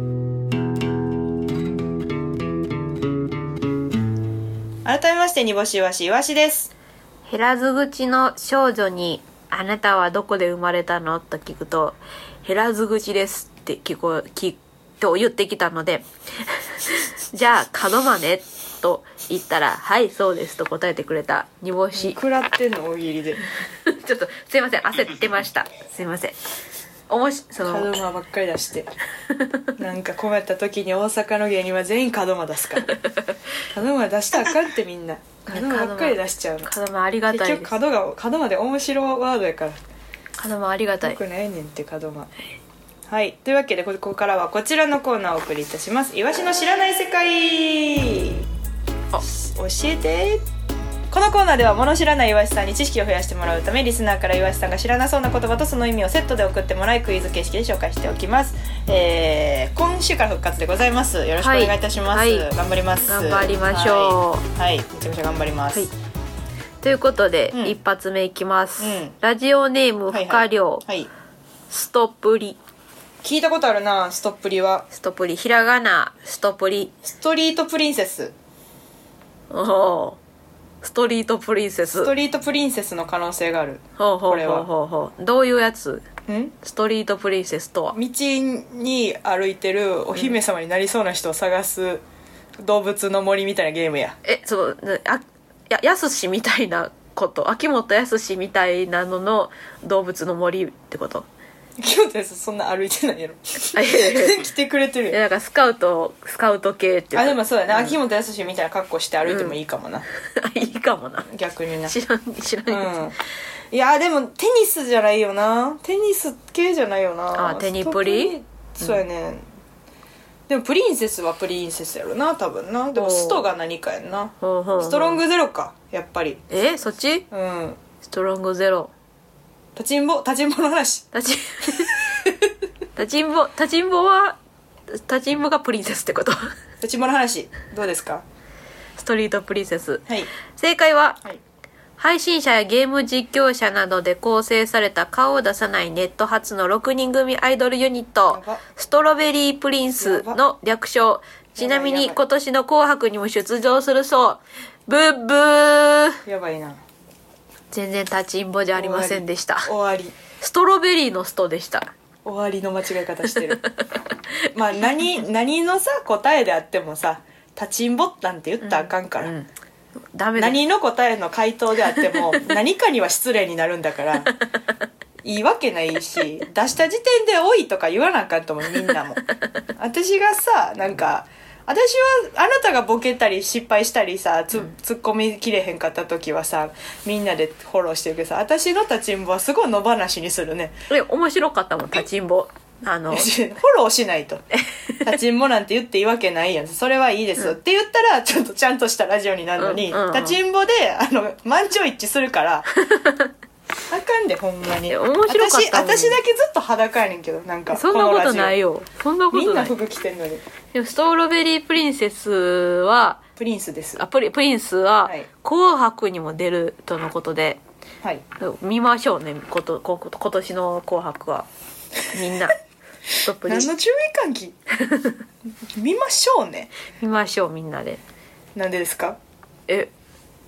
改めまして煮干しイワシイワシです。 減らず口の少女にあなたはどこで生まれたのと聞くと減らず口ですって聞こえきと言ってきたのでじゃあ門真ねと言ったらはいそうですと答えてくれた煮干し。 食らってんの大喜利でちょっとすいません焦ってました。すいません。おもしその門真ばっかり出してなんか困った時に大阪の芸人は全員門真出すから門真出したらあかんってみんな門真ばっかり出しちゃうの。 門真ありがたいです。 結局門が門真で面白ワードやから門真ありがたい。 よくないねんって門真。はいというわけでここからはこちらのコーナーをお送りいたします。イワシの知らない世界。 あ教えて。このコーナーでは物知らないイワシさんに知識を増やしてもらうためリスナーからイワシさんが知らなそうな言葉とその意味をセットで送ってもらいクイズ形式で紹介しておきます。えー、今週から復活でございます。よろしくお願いいたします、 はいはい、 頑張ります。 頑張りましょう。はい、はい、めちゃくちゃ頑張ります、 はい、ということで、 うん、 一発目いきます、 うん、 ラジオネーム不可量、 はいはいはい、 ストプリ。 聞いたことあるな。ストプリはストプリひらがなストプリ。 ストリートプリンセス。 おおストリートプリンセス。 ストリートプリンセスの可能性がある。 ほうほうほうほうほう。どういうやつ？ んストリートプリンセスとは道に歩いてるお姫様になりそうな人を探す動物の森みたいなゲームや。 えそうあややすしみたいなこと秋元康みたいなのの動物の森ってこと？ 今日ですそんな歩いてないやろ来てくれてるやん。 なんかスカウトスカウト系っていうあでもそうやね、 うん、 秋元康みたいな格好して歩いてもいいかもな、 うん、いいかもな逆にな。 知らん知らんけど、 うん、いやでもテニスじゃないよな。テニス系じゃないよな。 あテニプリそうやね、うん、でもプリンセスはプリンセスやろな多分な。でもストが何かやんな。 ほうほうほうストロングゼロかやっぱり。 えそっち？ うんストロングゼロ。 立ちんぼ立ちんぼの話。 立ち立ちんぼ立ちんぼは立ちんぼがプリンセスってこと？ 立ちんぼの話どうですか？ ストリートプリンセス、 はい、 正解は、 はい、 配信者やゲーム実況者などで構成された顔を出さないネット初のろくにん組アイドルユニットストロベリープリンスの略称。ちなみに今年の紅白にも出場するそう。ブッブー。 やばいな。 全然立ちんぼじゃありませんでした。 終わり。 ストロベリーのストでした。 終わりの間違い方してるまあ何何のさ答えであってもさ立ちんぼなんて言ったらあかんから、うんうん、 ダメだ。 何の答えの回答であっても何かには失礼になるんだからいいわけないし、出した時点で「おい」とか言わなあかんと思う。みんなも私がさなんか私はあなたがボケたり失敗したりさつ、うん、突っ込みきれへんかった時はさみんなでフォローしてるけどさ、私の立ちんぼはすごい野放しにするね。 え面白かったもん立ちんぼ。あのフォローしないと立ちんぼなんて言っていいわけないやん。それはいいです、うん、って言ったらちょっとちゃんとしたラジオになるのに、うんうんうん、立ちんぼであの満場一致するからあかんでほんまに。 面白かったもん。 私、私だけずっと裸やねんけどなんかそんなことないよ。そんなことない。 みんな服着てんのに。 でもストロベリープリンセスはプリンスです。 あプリプリンスは紅白にも出るとのことで、はい、見ましょうねこと、こ今年の紅白はみんなストップ何の注意喚起見ましょうね。 見ましょうみんなで。 なんでですか？ え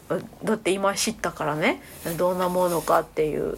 だって今知ったからね、どんなものかっていう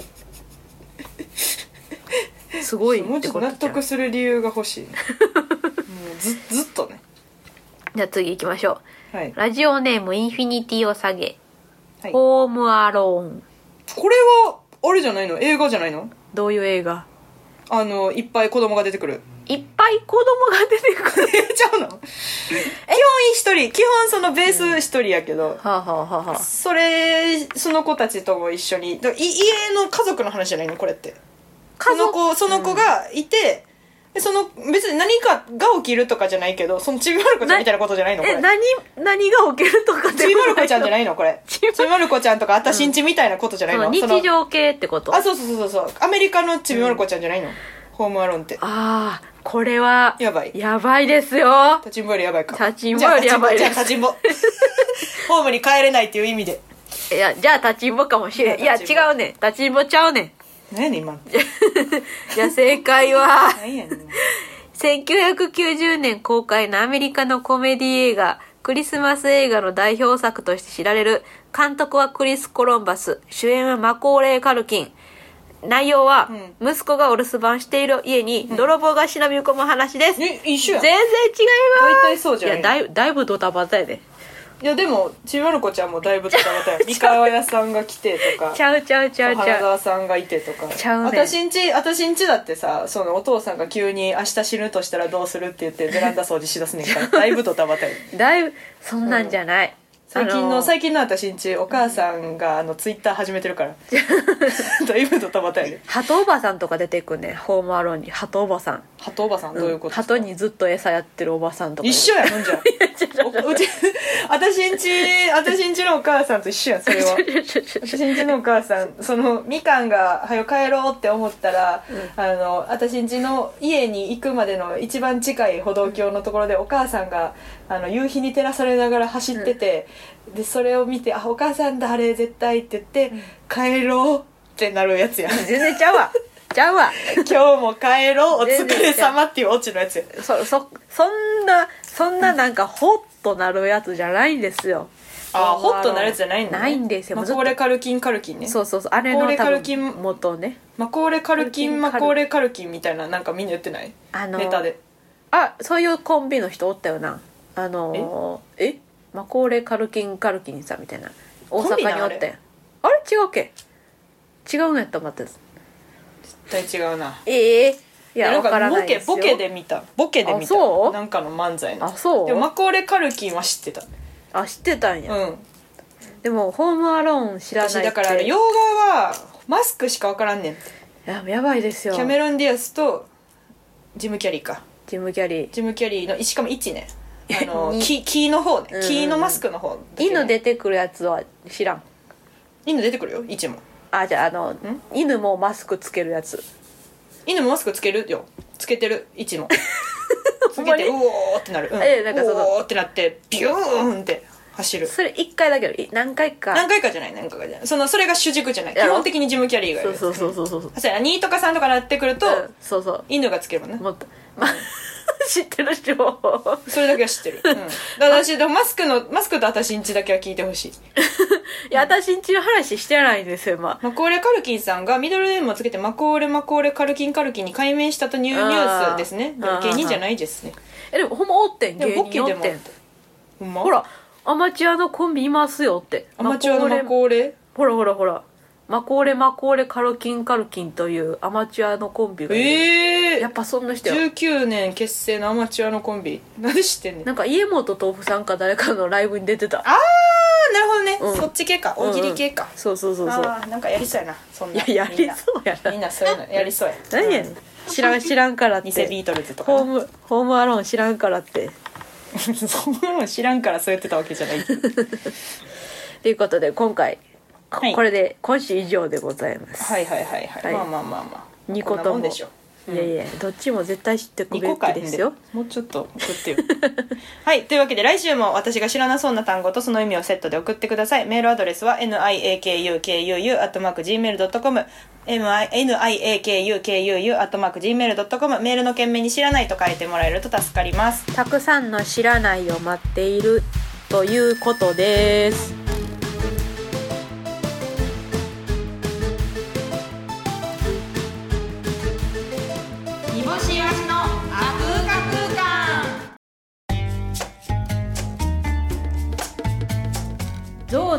すごいもうちょっと納得する理由が欲しいもうず, ずっとね。 じゃあ次行きましょう、 はい、 ラジオネームインフィニティを下げ、 はい、 ホームアローン。 これはあれじゃないの？映画じゃないの？ どういう映画？ あのいっぱい子供が出てくる。 いっぱい子供が出てくるちゃうの？基本一人、基本そのベース一人やけど、 はあ、はあははあ、 それその子たちとも一緒に、だい家の家族の話じゃないのこれって。その子その子がいて、うん、その別に何かが起きるとかじゃないけど、そのちびまる子ちゃんみたいなことじゃないのこれ。 え、何何が起きるとかちびまる子ちゃんじゃないのこれ。ちびまる子ちゃんとかあたしんちみたいなことじゃないの？ うん、日常系ってこと？ あ、そうそうそうそう、アメリカのちびまる子ちゃんじゃないの、うん、ホームアローンって。 ああ、これはやばいやばいですよ。 立ちんぼよりやばいか。 立ちんぼよりやばいです。 じゃあ立ちんぼホームに帰れないっていう意味で。 いや、じゃあ立ちんぼかもしれん。いや違うねん、立ちんぼちゃうねん。 何やねん今じゃあ正解は何やねんせんきゅうひゃくきゅうじゅうねん公開のアメリカのコメディ映画、クリスマス映画の代表作として知られる。監督はクリス・コロンバス、主演はマコーレー・カルキン。内容は、うん、息子がお留守番している家に泥棒が忍び込む話です。 え、一緒やん。 全然違います。 大体そうじゃない。 いや、だいだいぶドタバタやで。 いやでもちびまる子ちゃんもだいぶドタバタや。三河屋さんが来てとかちゃうちゃうちゃうちゃう、 花澤さんがいてとかちゃうね。 私んち私んちだってさ、そのお父さんが急に明日死ぬとしたらどうするって言ってベランダ掃除しだすねんからだいぶドタバタや。 だいぶそんなんじゃない、うん、 最近の最近の私んちお母さんがあのツイッター始めてるからだいぶドタバタやで。 鳩おばさんとか出てくんね、ホームアローンに。鳩おばさん。 鳩おばさんどういうことですか？ 鳩にずっと餌やってるおばさんとか。 一緒やんじゃあうち私んち私んちのお母さんと一緒やんそれは。私んちのお母さん、そのみかんが早く帰ろうって思ったら、うん、あの私んちの家に行くまでの一番近い歩道橋のところでお母さんがあの夕日に照らされながら走ってて、うん、でそれを見て、あお母さんだあれ絶対って言って、うん、帰ろうってなるやつや。 全然ちゃうわちゃうわ今日も帰ろうお疲れ様っていうオチのやつや。 そそそんなそんななんかホッとなるやつじゃないんですよ。 あホッとなるやつじゃないんだ、ね、 ないんですよ。 マコーレカルキンカルキンね。 そうそうそう、あれの多分元ね。 マコーレカルキンマコーレカルキンみたいな、なんかみんな言ってない？あのネタで。 あ、そういうコンビの人おったよな。あのええマコーレカルキンカルキンさんみたいな、大阪におったよ。あれ違うっけ？違うのやったら待って、 絶対違うな。 ええー、いや、分からないですよ。 ボケボケで見たボケで見たそうなんかの漫才の。 あ、そう。 でもマコーレカルキンは知ってた。 あ、知ってたんや。 うん。 でもホームアローン知らないって。 私だからあの洋画はマスクしか分からんねん。 や, やばいですよ。 キャメロン・ディアスとジム・キャリーか。 ジム・キャリー。 ジム・キャリーのしかもいちね。あの木, 木の方ね、うん、木のマスクの方、ね、 犬出てくるやつは知らん。 犬出てくるよいちも。 あ、じゃああの犬もマスクつけるやつ。 犬もマスクつけるよ。つけてるいちもつけてうおーってなる、うん、 えなんかそのうおーってなってビューンって走る。 それいっかいだけど何回か何回かじゃない何回かじゃないそのそれが主軸じゃない。基本的にジム・キャリーがやる。 そうそうそうそうそう。 そうやにとかさんとかなってくると、うん、 そうそう犬がつけるもんね。 もっとまあ知ってる人それだけは知ってる、うん、だから私マスクのマスクと私んちだけは聞いてほしい。いや私んちの話してないんですよ今。 マコーレカルキンさんがミドルネームをつけてマコーレマコーレカルキンカルキンに改名したというニュースですね。芸人じゃないですね。 えでもほんまおってん芸人おってん。 ほんまほらアマチュアのコンビいますよって。 アマチュアのマコーレほらほらほらマコーレマコーレカルキンカルキンというアマチュアのコンビがいる。 えー、 やっぱそんな人よ。 じゅうきゅうねん結成のアマチュアのコンビ。なんで知ってんねん。 なんか家元豆腐さんか誰かのライブに出てた。 あーなるほどね、うん、そっち系か大喜利系か、うんうん、 そうそうそうそう。 あーなんかやりそうやなそんな。 いややりそうやなみんなそういうのやりそうや。 何やねん、うん、知らん知らんからって。 偽ビートルズとかホームホームアローン知らんからってそんなの知らんからそうやってたわけじゃないということで今回はい、 これで今週以上でございます。 はいはいはいはい、はい、まあまあまあまあにこともこんなもんでしょ、 うん、いやいやどっちも絶対知ってくべきですよ。 もうちょっと送ってよはいというわけで来週も私が知らなそうな単語とその意味をセットで送ってください。メールアドレスは ナイアキューアットマークジーメールドットコム ナイアキューアットマークジーメールドットコム メールの件名に知らないと書いてもらえると助かります。 たくさんの知らないを待っているということです。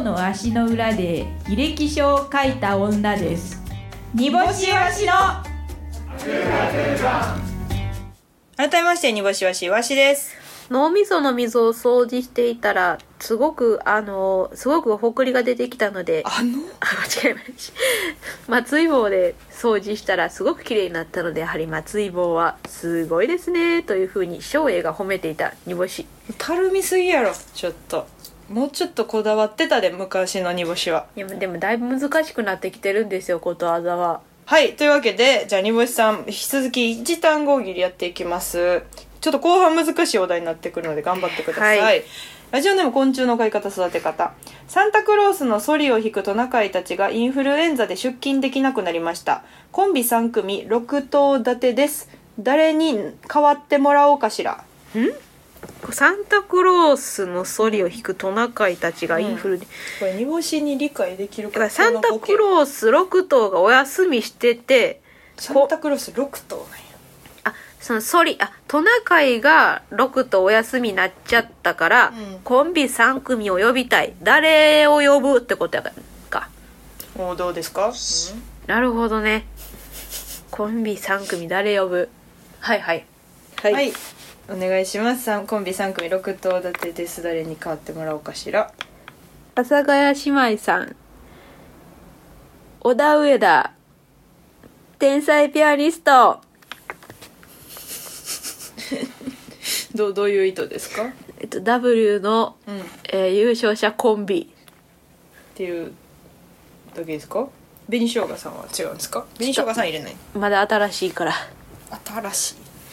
の足の裏で履歴書を書いた女です。煮干しわしの改めまして煮干しわしわしです。 脳みその水を掃除していたらすごくあのすごくほこりが出てきたのであのあ間違えました松井棒で掃除したらすごく綺麗になったので、やはり松井棒はすごいですねというふうに照英が褒めていた煮干し。 たるみすぎやろ。ちょっともうちょっとこだわってたで、昔の煮干しは。 いやでもだいぶ難しくなってきてるんですよ、ことわざは。 はい、というわけでじゃあ煮干しさん引き続き一単語大喜利やっていきます。ちょっと後半難しいお題になってくるので頑張ってください、はい、ラジオネーム昆虫の飼い方育て方。サンタクロースのソリを引くトナカイたちがインフルエンザで出勤できなくなりました。コンビさん組ろく頭立てです。誰に代わってもらおうかしら。んサンタクロースのソリを引くトナカイたちがインフルで、うん、 これ煮干しに理解できるか。 だからサンタクロースろく頭がお休みしてて、 サンタクロースろく頭なんや。 あ、そのソリあトナカイがろく頭お休みになっちゃったから、うん、コンビさん組を呼びたい。誰を呼ぶってことやか。 おどうですか、うん、 なるほどね。コンビさん組誰呼ぶ。はいはいはい、はい、お願いします。コンビさん組ろく頭立てです。誰に代わってもらおうかしら。 阿佐ヶ谷姉妹さん、小田上田天才ピアニストどうどういう意図ですか。 えっと W の、うんえー、優勝者コンビっていうだけですか。紅しょうがさんは違うんですか。紅しょうがさん入れない。 まだ新しいから。 新しい。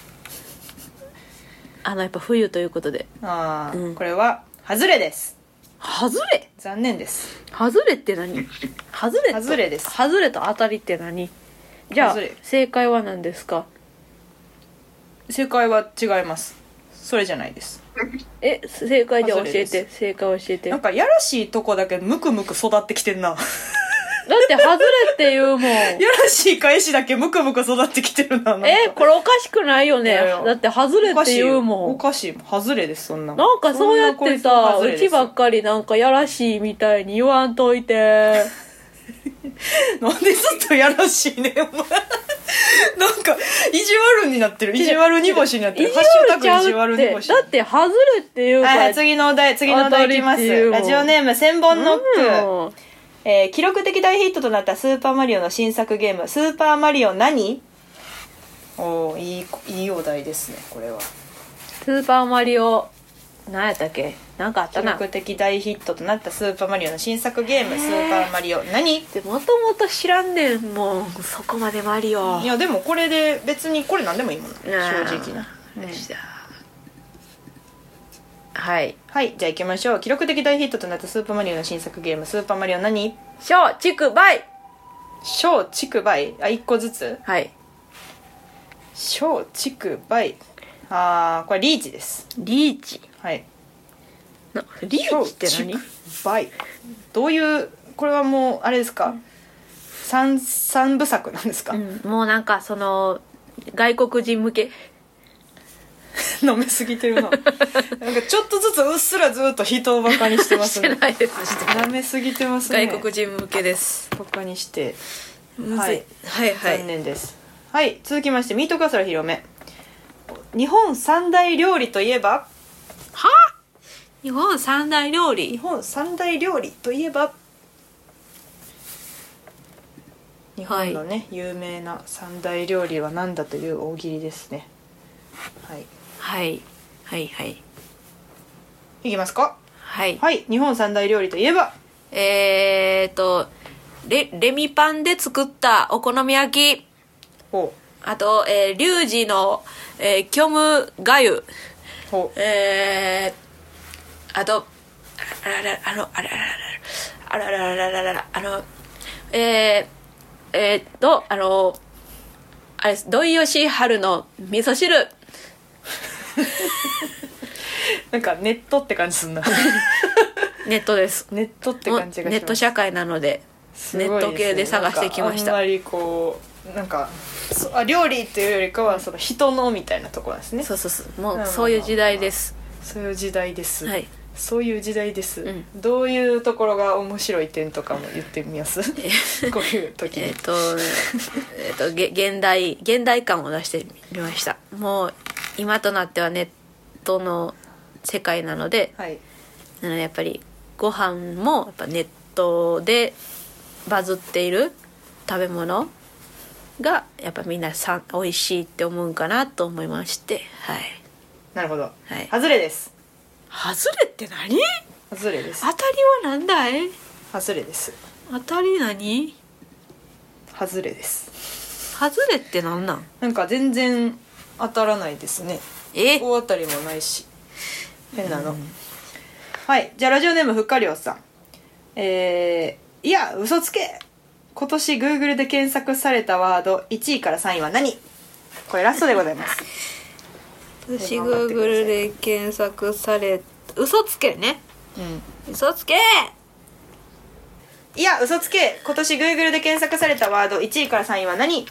あのやっぱ冬ということで。 ああ、うん、これは外れです。 外れ。 残念です。 外れって何。外れと外れです。 外れと当たりって何。じゃあ正解は何ですか。 正解は違います。それじゃないです。 え正解で教えて。正解教えて。 なんかやらしいとこだけムクムク育ってきてんな。 だって外れって言うもん。やらしい返しだけムクムク育ってきてるな。 えこれおかしくないよね。いやいやだって外れって言うもん。 おかしい。外れです。そんななんかそうやってさうちばっかりなんかやらしいみたいに言わんといて。 なんでずっとやらしいねお前。なんか意地悪になってる。意地悪煮干しになってる。ハッシュタグ意地悪煮干し。 だって外れっていうか、 はい、次のお題次のお題いきます。ラジオネーム千本ノック、えー、記録的大ヒットとなったスーパーマリオの新作ゲームスーパーマリオ何。おーいいいいお題ですね。これはスーパーマリオ何やったっけ。なんかあったな。 記録的大ヒットとなったスーパーマリオの新作ゲーム、えー、スーパーマリオ何ってもともと知らんねんもんそこまでマリオ。 いやでもこれで別にこれ何でもいいもん正直な、うん、はいはいじゃあ行きましょう。記録的大ヒットとなったスーパーマリオの新作ゲームスーパーマリオ何。 小畜梅。 小畜梅あいっこずつ。はい小畜梅あーこれリーチです。 リーチはいなリーチって何。 梅どういうこれはもうあれですか、うん、三, 三部作なんですか、うん、 もうなんかその外国人向け飲めすぎてるな。なんかちょっとずつうっすらずっと人をバカにしてますね。 してないです。 舐めすぎてますね。 外国人向けです。 バカにして、 はい、はいはい残念です。はい続きましてミートカツラ広め。日本三大料理といえば。はあ日本三大料理。 日本三大料理といえば。日本のね、はい、有名な三大料理は何だという大喜利ですね。はいはいはいはいいきますか。 はいはい日本三大料理といえば。 えーと レ, レミパンで作ったお好み焼き。ほうあと、えー、リュウジの、えー、虚無がゆ。ほうえーあとあららあのあらららあららららららあのえーえー、っとあのあれ土井善晴の味噌汁。 なんかネットって感じすんな。 ネットです。 ネットって感じがします。 ネット社会なので、ネット系で探してきました。 あんまりこうなんかあ料理っていうよりかはその人のみたいなところですね。 そうそうそうもうそういう時代です。 そういう時代です。 はいそういう時代です、 うん、 どういうところが面白い点とかも言ってみますこういう時にえっとえっとげ現代現代感を出してみました。もう今となってはネットの世界なので、 はい、 なのでやっぱりご飯もやっぱネットでバズっている食べ物がやっぱみんなさ美味しいって思うんかなと思いまして、はい。 なるほど、 はい、 外れです。 外れって何？ 外れです。 当たりは何だい？ 外れです。 当たり何？ 外れです。 外れって何なん？ なんか全然当たらないですね。 え？ 大当たりもないし変なの、うん、はい。じゃあラジオネームふっかりおさん、えー、いや嘘つけ、今年 Google で検索されたワードいちいからさんいは何？これラストでございます。 私 Google で検索され嘘つけね、うん、嘘つけ、 いや嘘つけ、今年 Google で検索されたワードいちいからさんいは何？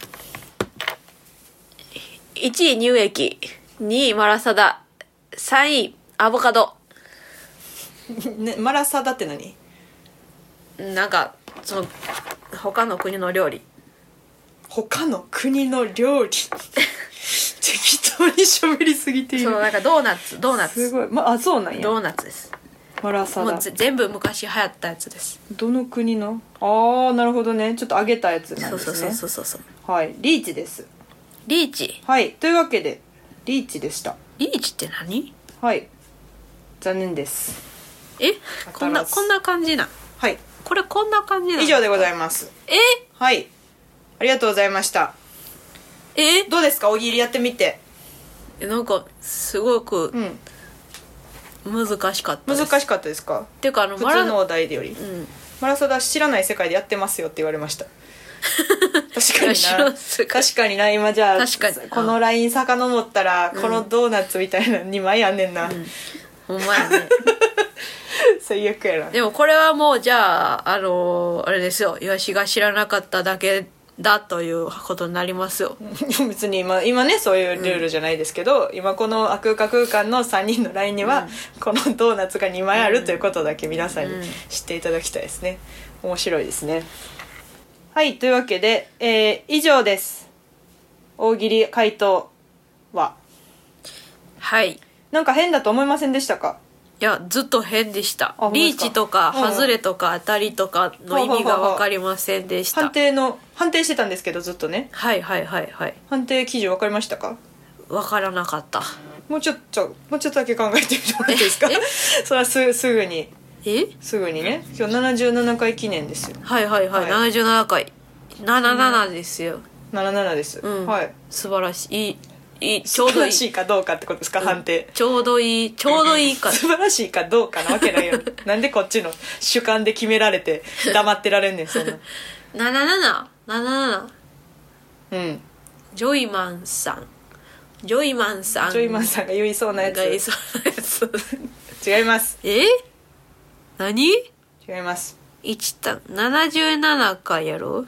いちい乳液、にいマラサダ、さんいアボカドね、マラサダって何？ なんかその他の国の料理。 他の国の料理適当に喋りすぎている。 そう、なんかドーナツドーナツすごい、まあ、そうなんや。 ドーナツです。 マラサダもう全部昔流行ったやつです。 どの国の？ああ、なるほどね。ちょっと揚げたやつなんですね。 そうそうそうそうそう。 はい、リーチです。 リーチ。 はい、というわけでリーチでした。 リーチって何？ はい、残念です。 え、こんなこんな感じな。 はい、 これこんな感じな。 以上でございます。 え、 はい、ありがとうございました。 え、 どうですか、大喜利やってみて。 なんかすごく難しかったです。 難しかったですか？ っていうかあの普通のお題でより、 うん、 マラサダ知らない世界でやってますよって言われました。確かにな確かにな。今じゃあ確かにこのライン遡ったら、うん、このドーナツみたいなにまいあんねんな、うん、 ほんまやね最悪やな。 でもこれはもうじゃああのー、あれですよ、イワシが知らなかっただけだということになりますよ。 別に 今, 今ねそういうルールじゃないですけど、うん、今このアクーカ空間のさんにんの ライン には、うん、このドーナツがにまいあるということだけ皆さんに知っていただきたいですね。面白いですね。はい、というわけで、えー、以上です。大喜利回答は。はい。なんか変だと思いませんでしたか？ いや、ずっと変でした。リーチとか外れとか当たりとかの意味が分かりませんでした。 判定の判定してたんですけどずっとね。 はいはいはいはい。 判定基準分かりましたか？ 分からなかった。 もうちょっともうちょっとだけ考えてみてもらっていいですか？それはすすぐにえすぐにね。今日ななじゅうななかい記念ですよ。 はいはいはい、はい、ななじゅうななかいななじゅうななですよ。 ななじゅうななです、うん、はい。 素晴らしい。いいいい、ちょうどいい。 素晴らしいかどうかってことですか、うん、判定。 ちょうどいい、ちょうどいいか。 素晴らしいかどうかなわけないよ。なんでこっちの主観で決められて黙ってられんねん、そんな。 ななじゅうなな、ななじゅうなな。 うん。 ジョイマンさん。ジョイマンさん。 ジョイマンさんが言いそうなやつ。 が言いそうなやつ。 違います。 え？何？違います。 いちたん、ななじゅうななかいやろ？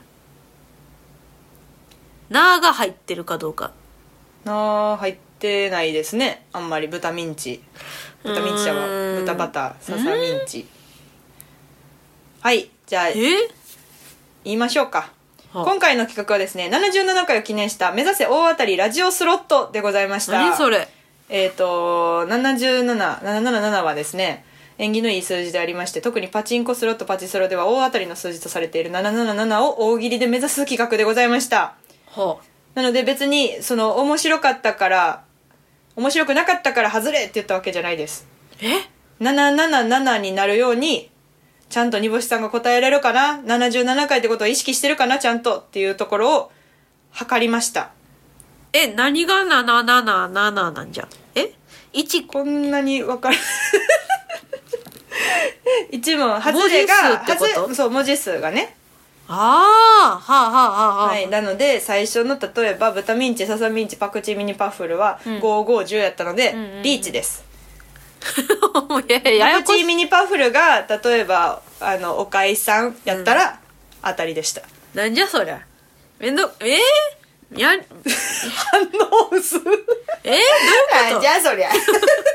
なーが入ってるかどうか。 な入ってないですね。あんまり豚ミンチ豚ミンチじゃわ豚バターささミンチ。はい、じゃあ言いましょうか。今回の企画はですね、ななじゅうななかいを記念した目指せ大当たりラジオスロットでございました。 何それ？ えっとななじゅうなな、ななひゃくななじゅうななはですね、縁起のいい数字でありまして、特にパチンコスロットパチスロでは大当たりの数字とされているななひゃくななじゅうななを大喜利で目指す企画でございました。 はあ、 なので別にその面白かったから面白くなかったから外れって言ったわけじゃないです。 え？ ななひゃくななじゅうななになるようにちゃんと煮干しさんが答えられるかな、ななじゅうななかいってことを意識してるかなちゃんとっていうところを測りました。 え、何がななひゃくななじゅうなななんじゃ？え？いちこんなに分かる一問外れが文字数ってこと？ そう、文字数がね。 ああ、はあはあはあ、 はい、なので最初の例えば豚ミンチ、ささミンチ、パクチーミニパッフルはご、ご、じゅうやったので、うん、リーチです。 いやいやパクチーミニパッフルが例えばあのおかいさんやったら当たりでした。 うん、なんじゃそりゃ。めんどえー、や反応薄えー、どういうこと？ じゃあそりゃ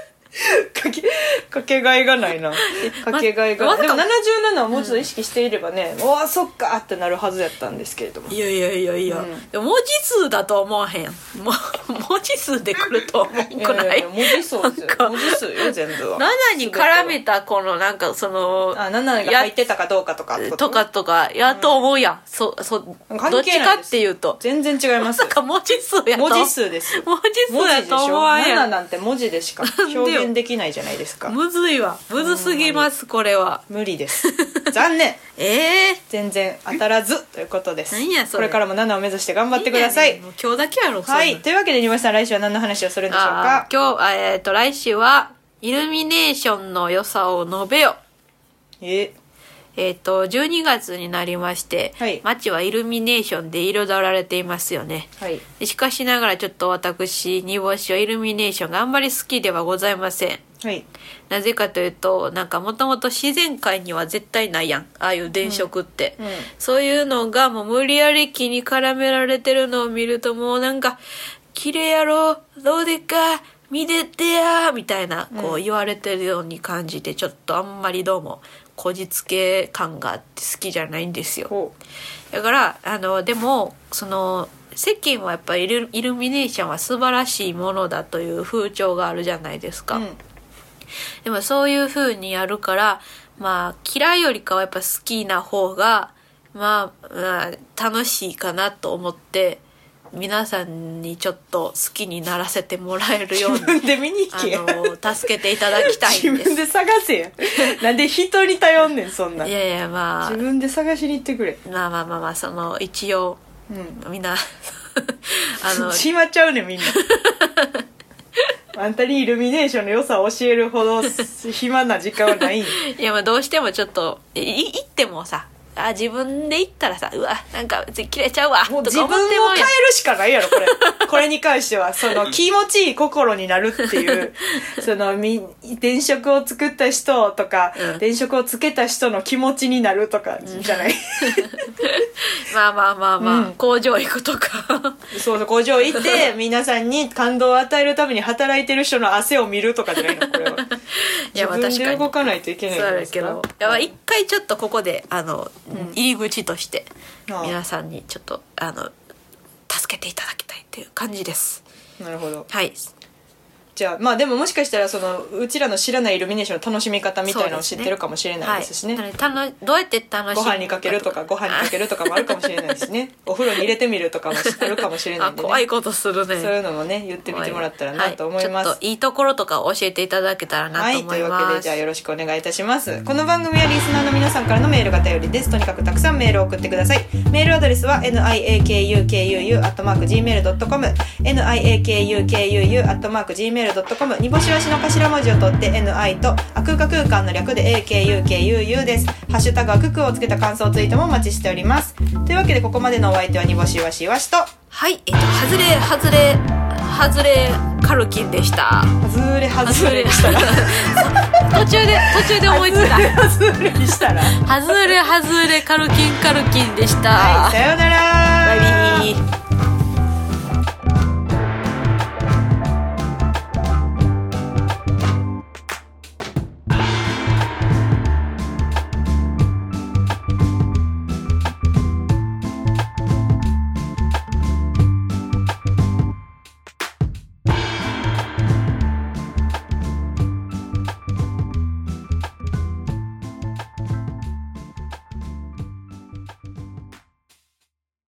かけかけがえがないなかけがえが、 ま、 でもななじゅうななをもう一度意識していればね、うん、おーそっかってなるはずやったんですけれども、 いやいやいやいや、うん、でも文字数だと思わへんも文字数で来ると思うくらい。いやいやいや文字数ですよ文字数よ全部は。ななに絡めたこのなんかそのあななが入ってたかどうかとかってこととかとかやと思うやん、うん、そそどっちかっていうと全然違います。 なんか文字数やと文字数です文字数やと思わんやん。 なななんて文字でしか表現できないじゃないですか。 むずいわむずすぎますこれは無理です残念ええー、 全然当たらずということです。 何やそれ。 これからもななを目指して頑張ってください。いいね、 もう今日だけやろ。 はいというわけでにぼしさん来週は何の話をするんでしょうか。 今日えっ、ー、と来週はイルミネーションの良さを述べよ。 ええっ、ー、とじゅうにがつになりまして、はい、街はイルミネーションで彩られていますよね、 はい、 しかしながらちょっと私煮干しはイルミネーションがあんまり好きではございません、 はい、 なぜかというとなんかもともと自然界には絶対ないやんああいう電飾って、うんうん、そういうのがもう無理やり木に絡められてるのを見るともうなんか綺麗やろどうでか見てってやみたいなこう言われてるように感じて、うん、ちょっとあんまりどうもこじつけ感があって好きじゃないんですよ。だからあのでもその世間はやっぱりイル、イルミネーションは素晴らしいものだという風潮があるじゃないですか、うん、でもそういう風にやるからまあ嫌いよりかはやっぱ好きな方がまあ、まあ、楽しいかなと思って皆さんにちょっと好きにならせてもらえるように自分で見に行けあの助けていただきたいんです。 自分で探せやなんで人に頼んねんそんな。 いやいやまあ自分で探しに行ってくれ。 まあまあまあまあその一応、うん、みんなあのしまっちゃうねんみんなあんたにイルミネーションの良さを教えるほど暇な時間はないんいやまあどうしてもちょっとい行ってもさあ自分で行ったらさうわなんか切れちゃうわもう自分を変えるしかないやろこれこれに関してはその気持ちいい心になるっていうそのみ電飾を作った人とか、うん、電飾をつけた人の気持ちになるとかじゃない、うん、 まあまあまあまあ、うん、工場行くとかそうそう工場行って皆さんに感動を与えるために働いてる人の汗を見るとかじゃないのこれは。自分で動かないといけないんですか。 そうだけど一回ちょっとここであの入り口として皆さんにちょっとあの助けていただきたいっていう感じです。 なるほど。 はい。 じゃあまあでももしかしたらそのうちらの知らないイルミネーションの楽しみ方みたいなのを知ってるかもしれないですしね。 はい、たのどうやって楽しむご飯にかけるとかご飯にかけるとかもあるかもしれないしね。お風呂に入れてみるとかも知ってるかもしれないんでね。 あ怖いことするね。 そういうのもね言ってみてもらったらなと思います。 はい、ちょっといいところとか教えていただけたらなと思います。はい、というわけでじゃあよろしくお願いいたします。この番組はリスナーの皆さんからのメールが頼りです。とにかくたくさんメールを送ってください。メールアドレスは ナイアククアットマークジーメールドットコム ナイアククアットマークジーメールドットコム 煮干しわしの頭文字を取って エヌアイ とあ空間空間の略で エーケーユーケーユーユー です。ハッシュタグあくくをつけた感想ツイートもお待ちしております。というわけでここまでのお相手は煮干しわしわしとはいえっとハズレハズレハズレカルキンでした。 ハズレハズレにしたら途中で途中で思いついたハズレにしたらハズレハズレカルキンカルキンでした。 はいさようなら。